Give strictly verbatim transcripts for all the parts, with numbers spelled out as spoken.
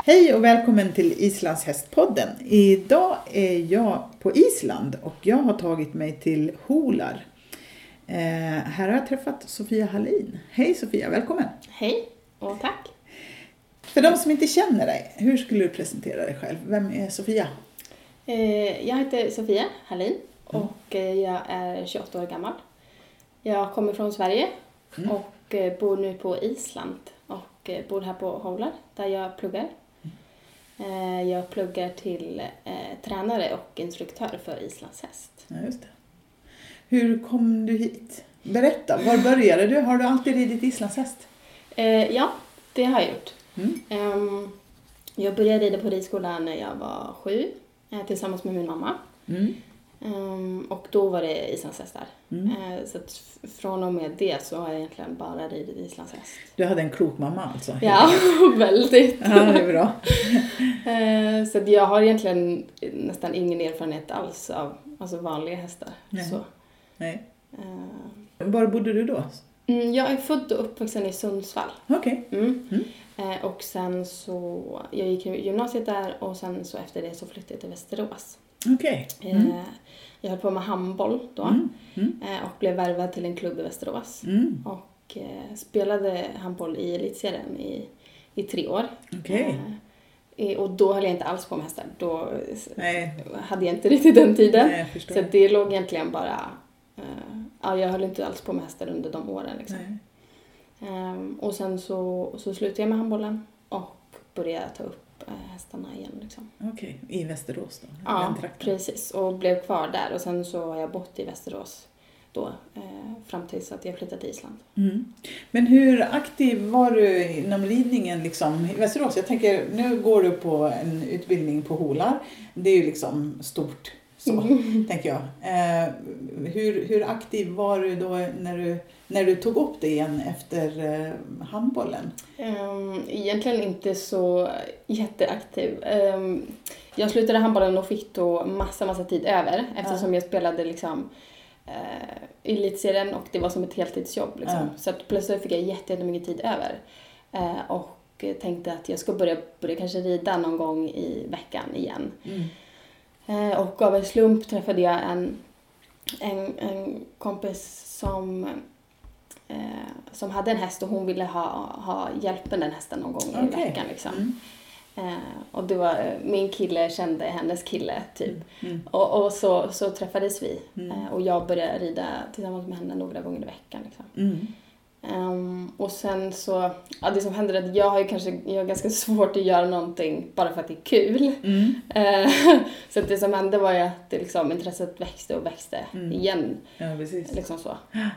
Hej och välkommen till Islands hästpodden. Idag är jag på Island och jag har tagit mig till Hólar. Eh, här har jag träffat Sofia Hallin. Hej Sofia, välkommen. Hej och tack. För de som inte känner dig, hur skulle du presentera dig själv? Vem är Sofia? Eh, jag heter Sofia Hallin och mm. jag är tjugoåtta år gammal. Jag kommer från Sverige mm. och bor nu på Island och bor här på Hólar där jag pluggar. Mm. Jag pluggar till eh, tränare och instruktör för Islands häst. Ja, just det. Hur kom du hit? Berätta, var började du? Har du alltid ridit Islands häst? Eh, ja, det har jag gjort. Mm. Um, jag började rida på ridskolan när jag var sju eh, tillsammans med min mamma. Mm. Um, och då var det islandshästar. Mm. Uh, så att f- från och med det så har jag egentligen bara ridit islandshäst. Du hade en klok mamma alltså? Ja, väldigt. Ja, det är bra. uh, så att jag har egentligen nästan ingen erfarenhet alls av alltså vanliga hästar. Nej. Så. Nej. Uh, Var bodde du då? Mm, jag är född och uppvuxen i Sundsvall. Okej. Okay. Mm. Mm. Uh, och sen så, jag gick i gymnasiet där och sen så efter det så flyttade jag till Västerås. Okej. Okay. Mm. Jag höll på med handboll då mm. Mm. och blev värvad till en klubb i Västerås. Mm. Och spelade handboll i elitserien i, i tre år. Okay. Och då höll jag inte alls på med hästar. Då Nej. hade jag inte riktigt den tiden. Nej, så det låg egentligen bara... Ja, jag höll inte alls på med hästar under de åren. Liksom. Um, och sen så, så slutade jag med handbollen och började ta upp hästarna igen liksom. Okej, okay. I Västerås då? Ja, precis. Och blev kvar där. Och sen så har jag bott i Västerås då. Eh, fram tills att jag flyttade till Island. Mm. Men hur aktiv var du inom ridningen liksom i Västerås? Jag tänker, nu går du på en utbildning på Hólar. Det är ju liksom stort så, mm. tänker jag. Eh, hur, hur aktiv var du då när du, när du tog upp det igen efter eh, handbollen? Um, egentligen inte så jätteaktiv. Um, jag slutade handbollen och fick då massa, massa tid över. Eftersom ja. jag spelade liksom uh, elitserien och det var som ett heltidsjobb. Liksom. Ja. Så att plötsligt fick jag jättemycket tid över. Uh, och tänkte att jag ska börja, börja kanske rida någon gång i veckan igen. Mm. Och av en slump träffade jag en, en, en kompis som, eh, som hade en häst och hon ville ha, ha hjälp med den hästen någon gång okay. i veckan. Liksom. Mm. Eh, och det var, min kille kände hennes kille typ. Mm. Och, och så, så träffades vi mm. eh, och jag började rida tillsammans med henne några gånger i veckan. Liksom. Mm. Um, och sen så, ja, det som händer är att jag har ju kanske, jag har ganska svårt att göra någonting bara för att det är kul. Mm. Uh, så att det som hände var ju att det liksom, intresset växte och växte mm. igen. Ja, precis. Liksom så.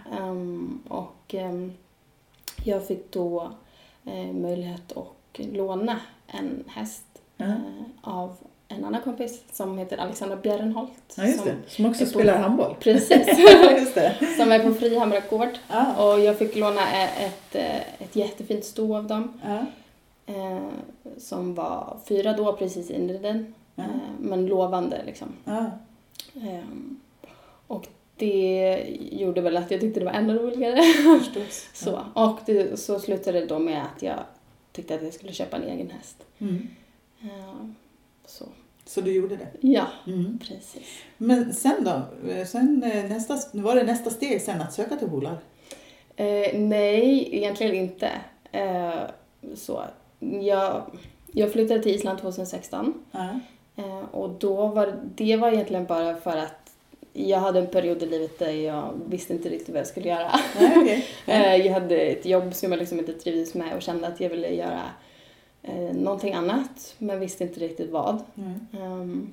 Um, och um, jag fick då uh, möjlighet att låna en häst mm. uh, av en annan kompis som heter Alexandra Bjärrenholt. Ja, just som det. Som också spelar på, handboll. Precis. Just det. Som är på Frihamra gård. Ah. Och jag fick låna ett, ett jättefint sto av dem. Ah. Eh, som var fyra då, precis inreden. Ah. Eh, men lovande liksom. Ah. Eh, och det gjorde väl att jag tyckte det var ännu roligare. Förstås. så. Och det, så slutade det då med att jag tyckte att jag skulle köpa en egen häst. Mm. Eh, Så. Så du gjorde det? Ja, mm. precis. Men sen då? Sen, nästa, var det nästa steg sen att söka till Hólar? Eh, nej, egentligen inte. Eh, så. Jag, jag flyttade till Island tjugohundrasexton. Uh-huh. Eh, och då var det var egentligen bara för att jag hade en period i livet där jag visste inte riktigt vad jag skulle göra. Nej, okay. eh, jag hade ett jobb som jag liksom inte trivdes med och kände att jag ville göra Eh, någonting annat, men visste inte riktigt vad. Mm. Um,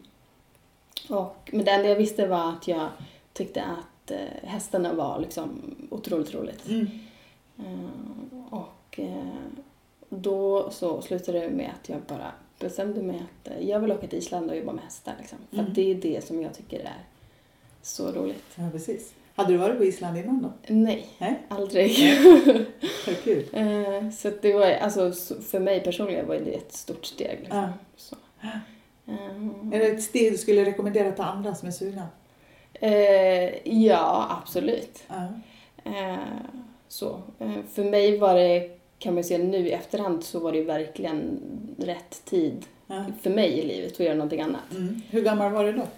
och, men det enda jag visste var att jag tyckte att eh, hästarna var liksom otroligt roligt. Mm. Uh, och eh, då så slutade det med att jag bara bestämde mig att eh, jag vill åka till Island och jobba med hästar. Liksom, för mm. att det är det som jag tycker är så roligt. Ja, precis. Hade du varit på Island innan då? Nej, Nej? aldrig. Vad kul. Uh, så det var, alltså, för mig personligen var det ett stort steg. Liksom. Uh. Så. Uh, är det ett steg du skulle rekommendera till andra som är sugna? Uh, ja, absolut. Uh. Uh, så. Uh, för mig var det kan man se nu i efterhand så var det verkligen rätt tid Ja. för mig i livet att göra någonting annat. Mm. Hur gammal var du då?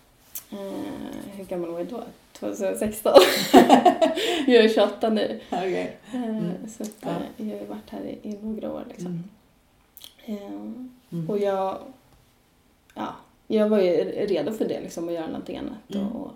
Eh, hur gammal var jag då? tjugohundrasexton. Jag är tjugoåtta nu. Okay. Mm. Mm. Så att, Ja. jag har ju varit här i, i några år. Liksom. Mm. Eh, Mm. och jag, ja, jag var ju redo för det, liksom, att göra någonting annat. Mm. Och,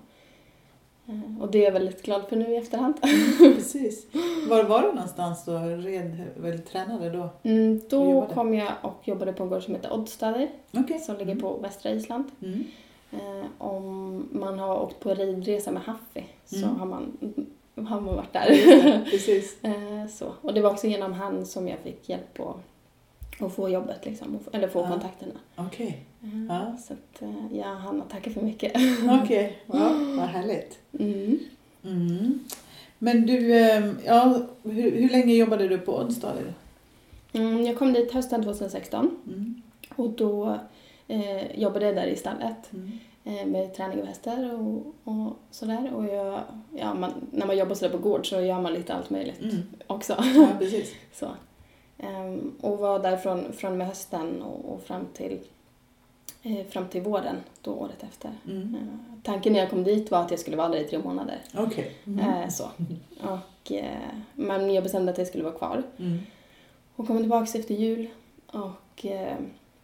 eh, och det är jag väldigt glad för nu i efterhand. Precis. Var var du någonstans då? Red, väl tränade då? Mm, Du då jobbade? kom jag och jobbade på en gård som heter Oddstader. Okay. Som ligger på västra Island. Mm. Eh, om man har åkt på ridresa med Haffi så Mm. har man, har man varit Just där. det, Precis. eh, så. Och det var också genom han som jag fick hjälp på att få jobbet, liksom, och få- eller få Ja. kontakterna. Okej. Eh, Ja. Så att, eh, ja, han har tackat för mycket. Okej. Ja, vad härligt. Mm. Mm. Men du, eh, ja, hur, hur länge jobbade du på Oddstader? Mm, jag kom dit hösten tjugohundrasexton Mm. och då eh, jobbade jag där i stallet. Mm. eh, med träning av hästar och, och sådär. Och jag, ja, man, när man jobbar sådär på gård så gör man lite allt möjligt Mm. också. Ja, precis. Så. Um, och var där från, från med hösten och, och fram, till, eh, fram till våren, då året efter. Mm. Eh, tanken när jag kom dit var att jag skulle vara där i tre månader. Okej. Mm. Eh, så. Och, eh, men jag bestämde att jag skulle vara kvar. Mm. Och kom tillbaka efter jul. Och, eh,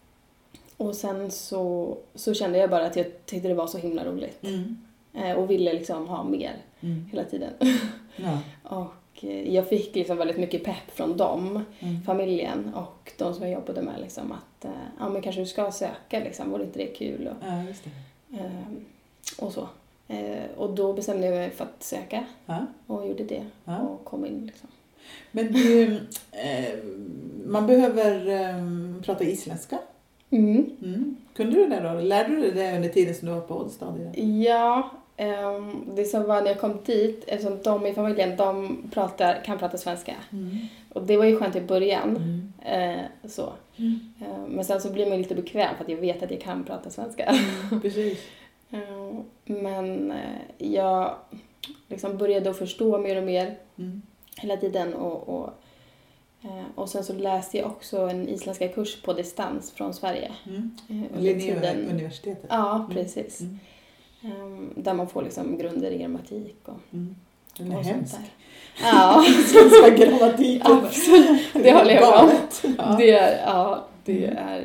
och sen så, så kände jag bara att jag tyckte det var så himla roligt. Mm. Eh, och ville liksom ha mer Mm. hela tiden. Ja. Och eh, jag fick liksom väldigt mycket pepp från dem, Mm. familjen och de som jag jobbade med. Liksom, att eh, ja, men kanske du ska söka, liksom, vore inte det kul? Och, Ja, just det. eh, och så. Eh, och då bestämde jag mig för att söka Ja. och gjorde det. Ja. Och kom in. Liksom. Men du, eh, man behöver eh, prata isländska. Mm. Mm. Kunde du det då? Lärde du dig det under tiden som du var på Oddstader? Ja, ehm, det som var när jag kom dit, eftersom de i familjen de pratar, kan prata svenska. Mm. Och det var ju skönt i början. Mm. Eh, så. Mm. Eh, men sen så blir man lite bekväm för att jag vet att jag kan prata svenska. Precis. Eh, men eh, jag liksom började att förstå mer och mer Mm. hela tiden. Och, och, eh, och sen så läste jag också en isländska kurs på distans från Sverige. Mm. eh, under Linnéuniversitetet. Ja, Mm. precis. Mm. Um, där man får liksom grunder i grammatik och, Mm. Den är och sånt hemsk. där. Ja, Svenska grammatiken. absolut. Det håller jag med om. Galet. Ja. Det är, ja, det Mm. är,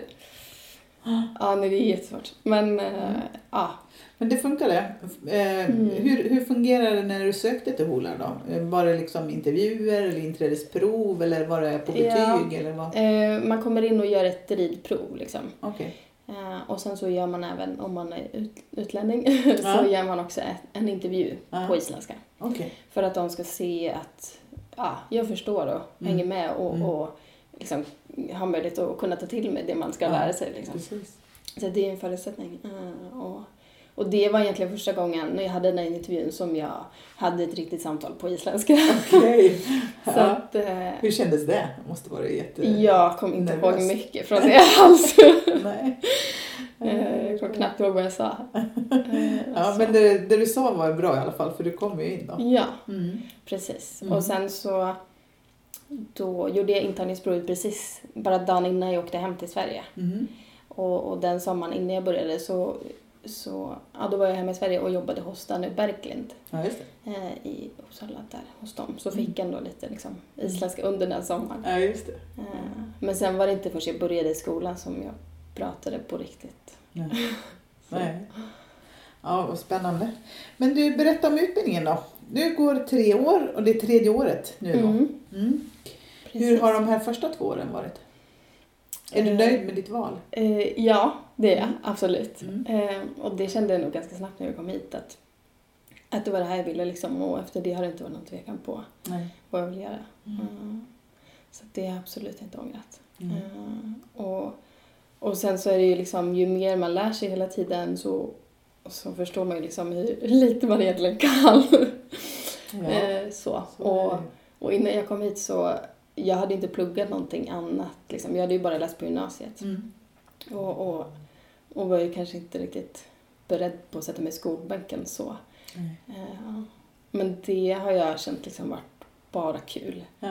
ja, nej, det är jättesvårt. Men, uh, ja. Men det funkade. Eh, Mm. hur, hur fungerade det när du sökte till Holar då? Eh, Var det liksom intervjuer eller inträdesprov eller var det på betyg? Ja. Eller vad? Uh, man kommer in och gör ett ridprov liksom. Okej. Uh, och sen så gör man även, om man är ut, utlänning, Ja. så gör man också ett, en intervju Ja. på isländska. Okej. För att de ska se att ja, jag förstår och Mm. hänger med och, Mm. och liksom, har möjlighet att kunna ta till mig det man ska Ja. lära sig. Liksom. Precis. Så det är en förutsättning. Uh, och, och det var egentligen första gången när jag hade den här intervjun som jag hade ett riktigt samtal på isländska. Okej. Så Ja. att, uh, Hur kändes det? Det måste vara jätte... jag kom inte nervös. ihåg mycket från det alls. Nej. Uh, jag kommer knappt ihåg vad jag sa. Uh, Ja, så. men det, det du sa var bra i alla fall, för du kom ju in då. Ja, Mm. precis. Mm. Och sen så då gjorde jag intagningsprovet precis bara dagen innan jag åkte hem till Sverige. Mm. Och, och den sommaren innan jag började så, så ja, då var jag hemma i Sverige och jobbade hos Danny Berglind Ja, just det. eh, i Uppsala där hos dem. Så fick jag ändå lite liksom, isländska under den sommaren. Ja, just det. Eh, men sen var det inte förrän jag började i skolan som jag pratade på riktigt. Nej. Nej. Ja, vad spännande. Men du, berätta om utbildningen då. Du går tre år och det är tredje året nu då. Mm, Mm. Hur precis. har de här första två åren varit? Är du Eh, nöjd med ditt val? Eh, ja, det är jag. Absolut. Mm. Eh, och det kände jag nog ganska snabbt när jag kom hit att, att det var det här jag ville. Liksom, och efter det har det inte varit någon tvekan på Nej. vad jag vill göra. Mm. Mm. Så det har jag absolut inte ångrat. Mm. Eh, och, och sen så är det ju liksom, ju mer man lär sig hela tiden så, så förstår man ju liksom hur lite man egentligen kan. Ja, eh, så. så Och, är det. och innan jag kom hit så jag hade inte pluggat någonting annat. Liksom. Jag hade ju bara läst på gymnasiet. Mm. Och, och, och var ju kanske inte riktigt beredd på att sätta mig i skolbänken så. Nej. Eh, men det har jag känt liksom varit bara kul. Ja.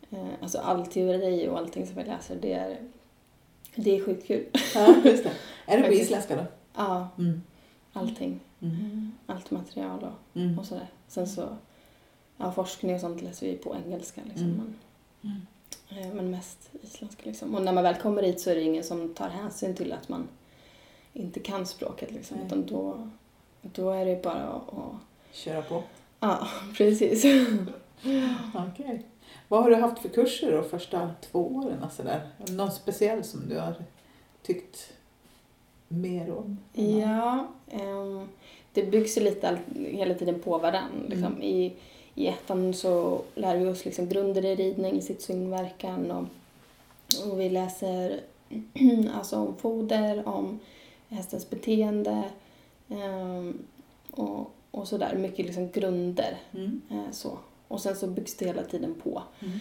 Eh, alltså all teori och allting som jag läser, det är, det är sjukt kul. Ja, just det. Är det på isländska då? Ja, Mm. allting. Mm. Allt material och, Mm. och sådär. Sen så, ja, forskning och sånt läser vi på engelska liksom. Mm. Men, Mm. eh, men mest isländska liksom. Och när man väl kommer hit så är det ingen som tar hänsyn till att man inte kan språket liksom. Nej. Utan då, då är det bara att... att Köra på. ja, precis. Okej. Okay. Vad har du haft för kurser de första två åren? Alltså där? Någon speciell som du har tyckt mer om? Ja, um, det byggs ju lite all, hela tiden på varandra. Liksom. Mm. I, I ettan så lär vi oss liksom grunder i ridning, sittsyngverkan och, och vi läser alltså om foder, om hästens beteende um, och, och sådär. Mycket liksom grunder. Mm. Uh, så. Och sen så byggs det hela tiden på. Mm.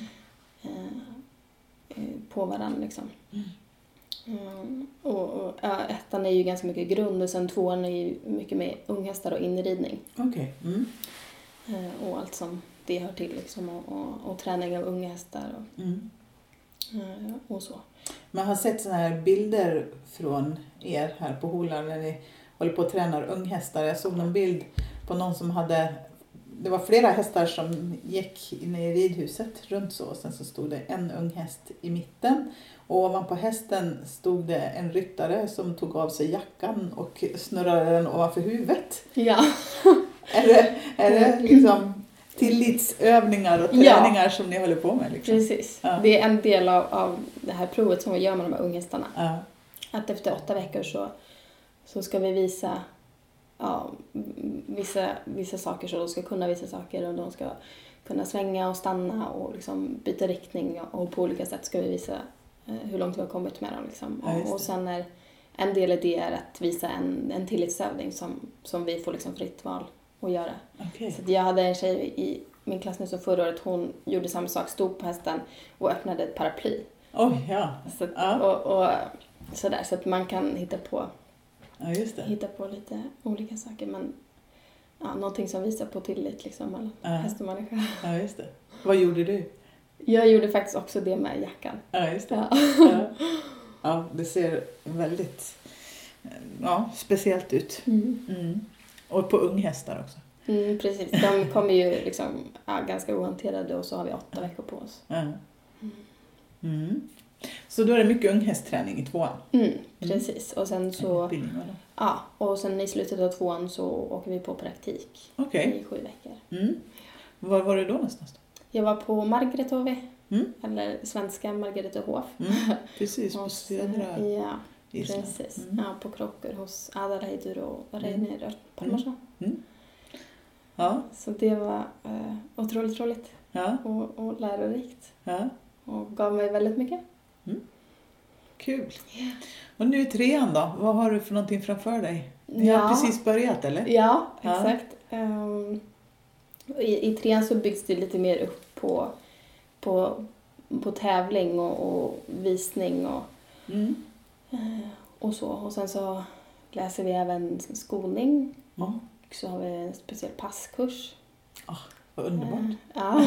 Uh, på varandra liksom. Mm. Mm, och, och ja, ettan är ju ganska mycket grund och sen tvåan är ju mycket mer unghästar och inridning. Okej. Okay. Mm. Eh, och allt som det hör till liksom och, och, och träning av unga hästar och, Mm. eh, och så. Man har sett såna här bilder från er här på Holar när ni håller på att träna unghästar. Jag såg någon bild på någon som hade, det var flera hästar som gick inne i ridhuset runt så. Sen så stod det en ung häst i mitten. Och ovanpå hästen stod det en ryttare som tog av sig jackan och snurrade den ovanför huvudet. Ja. Är det, är det liksom tillitsövningar och träningar ja. Som ni håller på med? Liksom? Precis. Ja. Det är en del av, av det här provet som vi gör med de här unghästarna. Ja. Att efter åtta veckor så, så ska vi visa ja, vissa, vissa saker. Så de ska kunna vissa saker och de ska kunna svänga och stanna och liksom byta riktning. Och på olika sätt ska vi visa hur långt vi har kommit med dem. Liksom. Ja, och, och sen är en del i det är att visa en, en tillitsövning som, som vi får liksom fritt val att göra. Okay. Så jag hade en tjej i min klass nu som förra året, hon gjorde samma sak, stod på hästen och öppnade ett paraply. Oj, ja. Så att, ja. Och, och, sådär, så att man kan hitta på, ja, just det. hitta på lite olika saker. Men ja, någonting som visar på tillit liksom, eller ja. häst och människa. Ja, just det. Vad gjorde du? Jag gjorde faktiskt också det med jackan. Ja, just det. Ja, ja. ja det ser väldigt ja, speciellt ut. Mm. Mm. Och på unghästar också. Mm, precis. De kommer ju liksom ja, ganska ohanterade och så har vi åtta veckor på oss. Ja. Mm. Så då är det mycket unghästträning i tvåan? Mm, precis. Och sen så mm. ja, och sen i slutet av tvåan så åker vi på praktik okay. i sju veckor. Mm. Var var du då någonstans då? Jag var på Margretehove, mm. eller svenska Margretehof. Mm. Precis, på södra Ja, Island. precis. Mm. Ja, på Krokur hos Adalheidur och Reiner mm. Palmarsson. Mm. Ja. Så det var uh, otroligt roligt ja. och, och lärorikt. Ja. Och gav mig väldigt mycket. Mm. Kul. Yeah. Och nu i trean då? Vad har du för någonting framför dig? Ni ja. har precis börjat, eller? Ja, exakt. Ja. Um, i, I trean så byggs det lite mer upp på, på, på tävling och, och visning och, mm. uh, och så. Och sen så läser vi även skolning. Mm. Och så har vi en speciell passkurs. Oh, vad underbart. Uh, ja.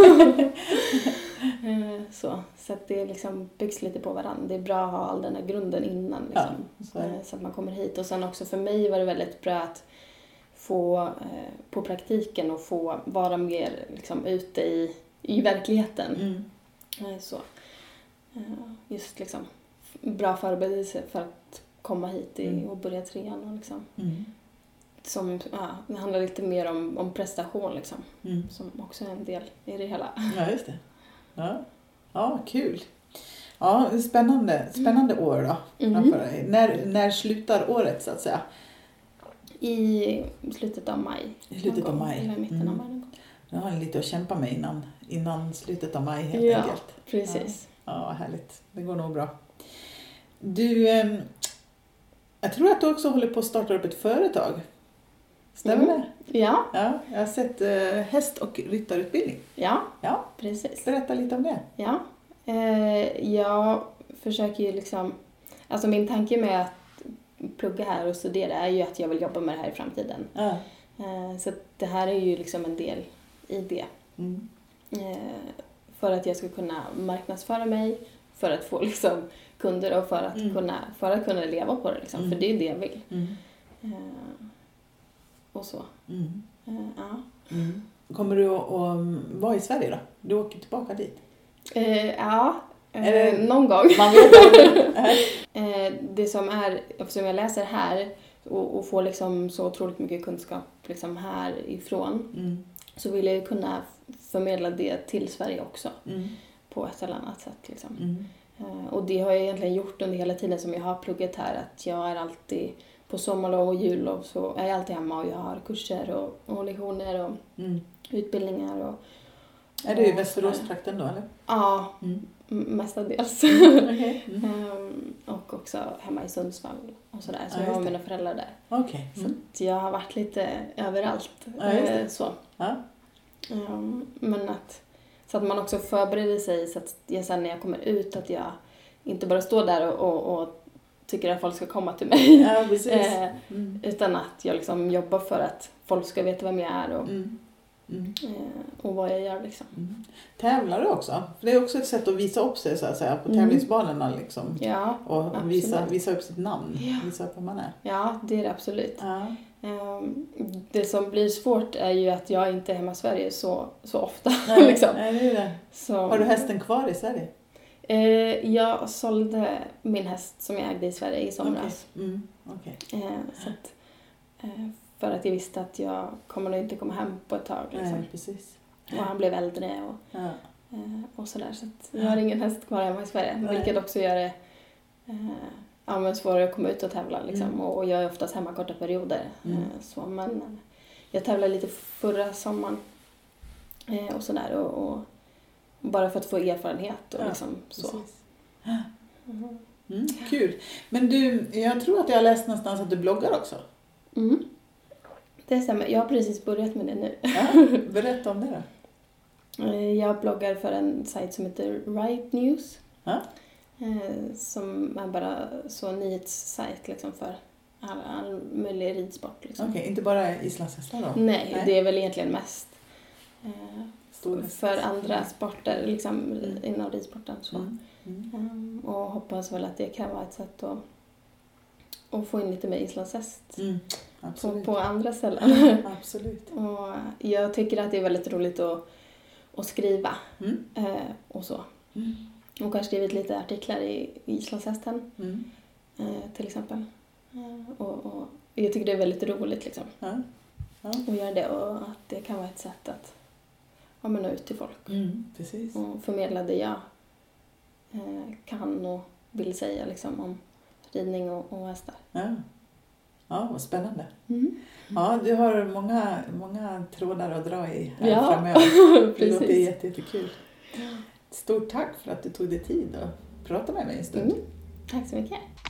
så så att det liksom byggs lite på varandra. Det är bra att ha all den här grunden innan liksom, ja, så, så att man kommer hit. Och sen också för mig var det väldigt bra att få eh, på praktiken och få vara mer liksom, ute i, i verkligheten. Mm. Så eh, just liksom bra förberedelse för att komma hit i, mm. och börja trean och liksom mm. som ja, det handlar lite mer om, om prestation liksom, mm. som också är en del i det hela. Ja, just det. Ja, ja kul. Ja, spännande, spännande mm. år då. Mm. När, när slutar året så att säga? I slutet av maj. I slutet av maj. Eller mitten mm. av maj. Jag har lite att kämpa med innan, innan slutet av maj helt ja, enkelt. Precis. Ja, ja, härligt. Det går nog bra. Du, eh, jag tror att du också håller på att starta upp ett företag. Stämmer mm. det? Ja. Ja. Jag har sett eh, häst- och ryttarutbildning. Ja, ja, precis. Berätta lite om det. Ja, eh, jag försöker ju liksom... Alltså min tanke med att plugga här och studera är ju att jag vill jobba med det här i framtiden. Ja. Eh, så det här är ju liksom en del i det. Mm. Eh, för att jag ska kunna marknadsföra mig, för att få liksom kunder och för att, mm. kunna, för att kunna leva på det. Liksom. Mm. För det är det jag vill. Mm. Uh, och så. Mm. Uh, ja. Mm. Kommer du att, att vara i Sverige då? Du åker tillbaka dit? Uh, ja, uh, det... någon gång. Man vet uh, det som är, eftersom jag läser här och, och får liksom så otroligt mycket kunskap liksom härifrån, mm. så vill jag ju kunna förmedla det till Sverige också. Mm. På ett eller annat sätt. Liksom. Mm. Uh, och det har jag egentligen gjort under hela tiden som jag har pluggat här. Att jag är alltid på sommarlov och jullov så är jag alltid hemma och jag har kurser och, och lektioner och mm. utbildningar. Och, är du i Västerås-trakten då eller? Ja, mm. mestadels. Mm. Okay. Mm. um, och också hemma i Sundsvall och sådär. Så ja, jag har mina föräldrar där. Okay. Mm. Så jag har varit lite överallt. Ja, just det. Så. Ja. Um, men att Så att man också förbereder sig så att jag sen när jag kommer ut att jag inte bara står där och, och, och tycker att folk ska komma till mig. Ja, precis. Mm. Utan att jag liksom jobbar för att folk ska veta vem jag är och, mm. Mm. och vad jag gör. Liksom. Mm. Tävlar du också? För det är också ett sätt att visa upp sig så att säga, på mm. tävlingsbanorna. Liksom. Ja, och visa, visa upp sitt namn. Ja. Visa upp vem man är. Ja, det är det absolut. Ja. Det som blir svårt är ju att jag inte är hemma i Sverige så, så ofta. Nej, liksom. nej, det är det. Så, har du hästen kvar i Sverige? Eh, jag sålde min häst som jag ägde i Sverige i somras. Okay. Mm. Okay. Eh, så att, eh, för att jag visste att jag kommer nog inte komma hem på ett tag. Liksom. Nej, precis. Och han blev äldre och, ja. eh, och sådär. Så att jag har ingen häst kvar hemma i Sverige. Nej. Vilket också gör det eh, ja, men svårare att komma ut och tävla. Liksom. Mm. Och, och jag är oftast hemma korta perioder. Mm. Eh, så, men jag tävlade lite förra sommaren. Eh, och sådär. Och, och bara för att få erfarenhet. Och ja, liksom, så. Mm. Mm, kul. Men du, jag tror att jag har läst någonstans att du bloggar också. Mm. Det stämmer. Jag har precis börjat med det nu. Ja, berätta om det då. Jag bloggar för en sajt som heter Ride News. Ja. Som är bara så en nyhetssajt liksom för all, all möjlig ridsport. Liksom. Okej, okay, inte bara islandshästar då? Nej, Nej, det är väl egentligen mest Stor för andra sporter liksom, mm. inom ridsporten. Så. Mm. Mm. Um, och hoppas väl att det kan vara ett sätt att, att få in lite mer islandshäst mm. på, på andra ställen. Absolut. Och jag tycker att det är väldigt roligt att, att skriva mm. eh, och så. Mm. Och har skrivit lite artiklar i islandshästen mm. eh, till exempel. Eh, och, och jag tycker det är väldigt roligt liksom. Ja. Ja. att göra det och att det kan vara ett sätt att ja, men nå ut till folk. Mm. Precis. Och förmedla det jag eh, kan och vill säga liksom, om ridning och, och hästar. Ja. Ja, vad spännande. Mm. Ja, du har många, många trådar att dra i här ja, framöver. Det låter precis. jätte, jättekul. Stort tack för att du tog dig tid att prata med mig en stund. Mm. Tack så mycket.